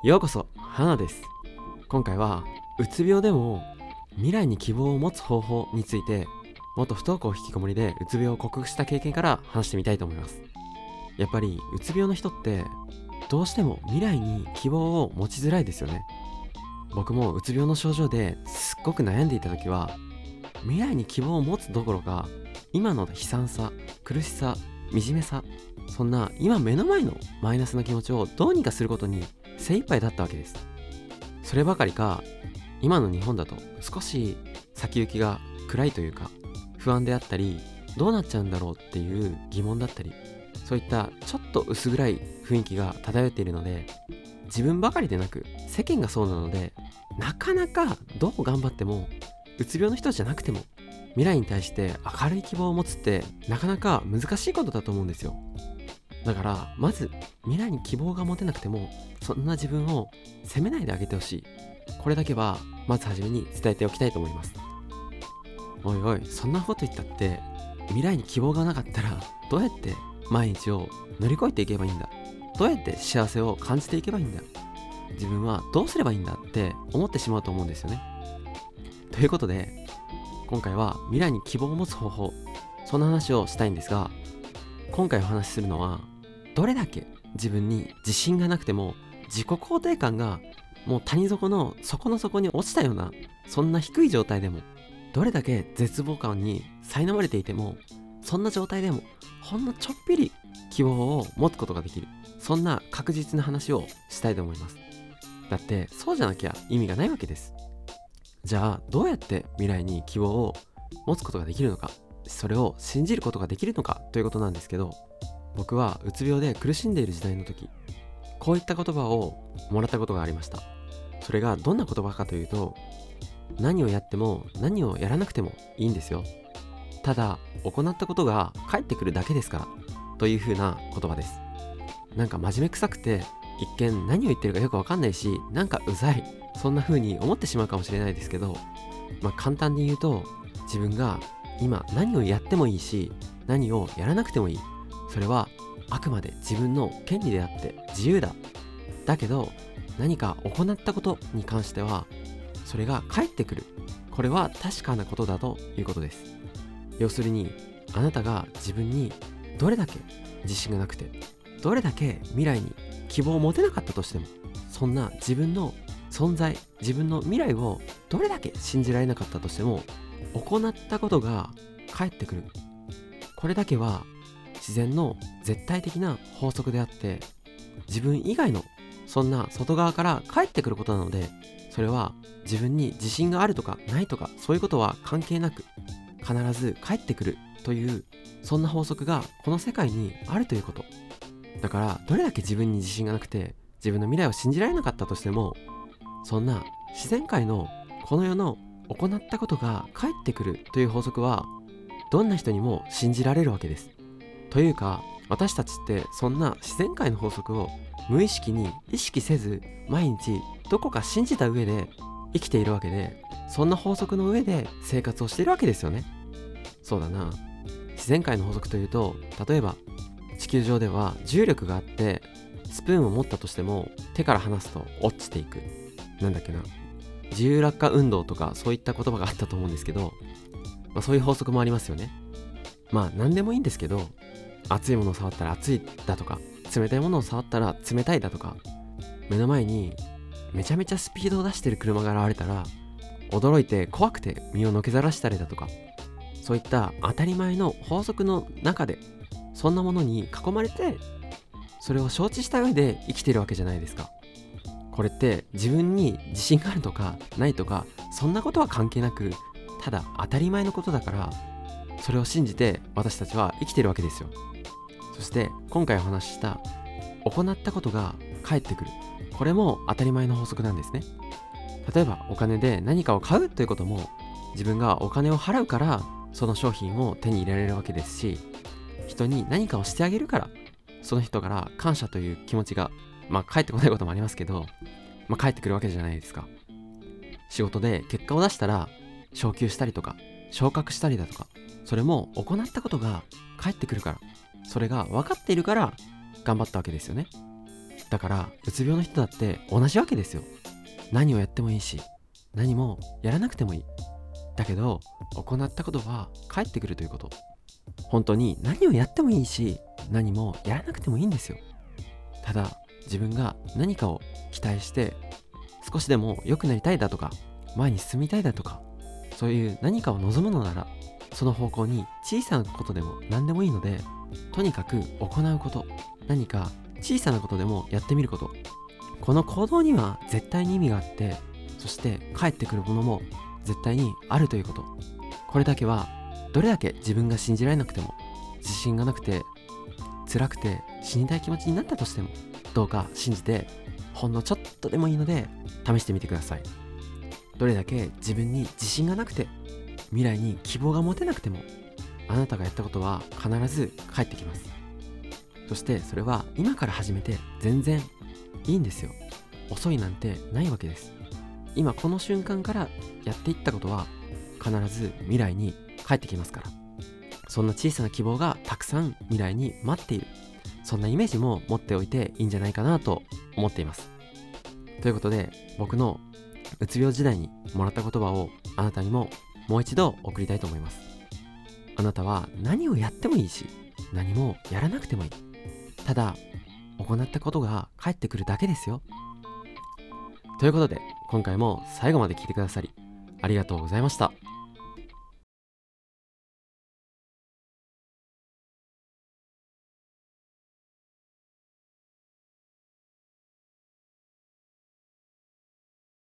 ようこそ、花です。今回はうつ病でも未来に希望を持つ方法について、元不登校引きこもりでうつ病を克服した経験から話してみたいと思います。やっぱりうつ病の人ってどうしても未来に希望を持ちづらいですよね。僕もうつ病の症状ですっごく悩んでいた時は、未来に希望を持つどころか、今の悲惨さ、苦しさ、惨めさ、そんな今目の前のマイナスな気持ちをどうにかすることに精一杯だったわけです。そればかりか、今の日本だと少し先行きが暗いというか、不安であったり、どうなっちゃうんだろうっていう疑問だったり、そういったちょっと薄暗い雰囲気が漂っているので、自分ばかりでなく世間がそうなので、なかなかどう頑張っても、うつ病の人じゃなくても未来に対して明るい希望を持つってなかなか難しいことだと思うんですよ。だからまず未来に希望が持てなくても、そんな自分を責めないであげてほしい。これだけはまずはじめに伝えておきたいと思います。おいおい、そんなこと言ったって、未来に希望がなかったらどうやって毎日を乗り越えていけばいいんだ、どうやって幸せを感じていけばいいんだ、自分はどうすればいいんだって思ってしまうと思うんですよね。ということで、今回は未来に希望を持つ方法、そんな話をしたいんですが、今回お話しするのは、どれだけ自分に自信がなくても、自己肯定感がもう谷底の底の底に落ちたような、そんな低い状態でも、どれだけ絶望感に苛まれていても、そんな状態でもほんのちょっぴり希望を持つことができる、そんな確実な話をしたいと思います。だってそうじゃなきゃ意味がないわけです。じゃあどうやって未来に希望を持つことができるのか、それを信じることができるのかということなんですけど、僕はうつ病で苦しんでいる時代の時、こういった言葉をもらったことがありました。それがどんな言葉かというと、何をやっても何をやらなくてもいいんですよ、ただ行ったことが返ってくるだけですから、という風な言葉です。なんか真面目くさくて、一見何を言ってるかよくわかんないし、なんかうざい、そんな風に思ってしまうかもしれないですけど、簡単に言うと、自分が今何をやってもいいし、何をやらなくてもいい、それはあくまで自分の権利であって自由だ。だけど何か行ったことに関しては、それが返ってくる、これは確かなことだということです。要するに、あなたが自分にどれだけ自信がなくて、どれだけ未来に希望を持てなかったとしても、そんな自分の存在、自分の未来をどれだけ信じられなかったとしても、行ったことが返ってくる、これだけは自然の絶対的な法則であって、自分以外のそんな外側から返ってくることなので、それは自分に自信があるとかないとか、そういうことは関係なく必ず返ってくるという、そんな法則がこの世界にあるということ。だからどれだけ自分に自信がなくて、自分の未来を信じられなかったとしても、そんな自然界のこの世の行ったことが返ってくるという法則は、どんな人にも信じられるわけです。というか、私たちってそんな自然界の法則を無意識に意識せず、毎日どこか信じた上で生きているわけで、そんな法則の上で生活をしているわけですよね。そうだな、自然界の法則というと、例えば地球上では重力があって、スプーンを持ったとしても手から離すと落ちていく、なんだっけな、自由落下運動とか、そういった言葉があったと思うんですけど、そういう法則もありますよね。何でもいいんですけど、熱いものを触ったら熱いだとか、冷たいものを触ったら冷たいだとか、目の前にめちゃめちゃスピードを出してる車が現れたら驚いて怖くて身をのけざらしたりだとか、そういった当たり前の法則の中で、そんなものに囲まれて、それを承知した上で生きているわけじゃないですか。これって自分に自信があるとかないとか、そんなことは関係なく、ただ当たり前のことだから、それを信じて私たちは生きているわけですよ。そして今回お話しした行ったことが返ってくる、これも当たり前の法則なんですね。例えばお金で何かを買うということも、自分がお金を払うからその商品を手に入れられるわけですし、人に何かをしてあげるから、その人から感謝という気持ちが、返ってこないこともありますけど、返ってくるわけじゃないですか。仕事で結果を出したら昇給したりとか昇格したりだとか、それも行ったことが返ってくるから、それが分かっているから頑張ったわけですよね。 だからうつ病の人だって同じわけですよ。何をやってもいいし、何もやらなくてもいい。だけど行ったことは返ってくるということ。本当に何をやってもいいし、何もやらなくてもいいんですよ。ただ自分が何かを期待して少しでも良くなりたいだとか、前に進みたいだとか、そういう何かを望むのなら、その方向に小さなことでも何でもいいので、とにかく行うこと、何か小さなことでもやってみること、この行動には絶対に意味があって、そして返ってくるものも絶対にあるということ。これだけはどれだけ自分が信じられなくても、自信がなくて辛くて死にたい気持ちになったとしても、どうか信じて、ほんのちょっとでもいいので試してみてください。どれだけ自分に自信がなくて、未来に希望が持てなくても、あなたがやったことは必ず返ってきます。そしてそれは今から始めて全然いいんですよ。遅いなんてないわけです。今この瞬間からやっていったことは必ず未来に返ってきますから。そんな小さな希望がたくさん未来に待っている、そんなイメージも持っておいていいんじゃないかなと思っています。ということで、僕のうつ病時代にもらった言葉をあなたにももう一度送りたいと思います。あなたは何をやってもいいし、何もやらなくてもいい。ただ行ったことが返ってくるだけですよ。ということで、今回も最後まで聞いてくださりありがとうございました。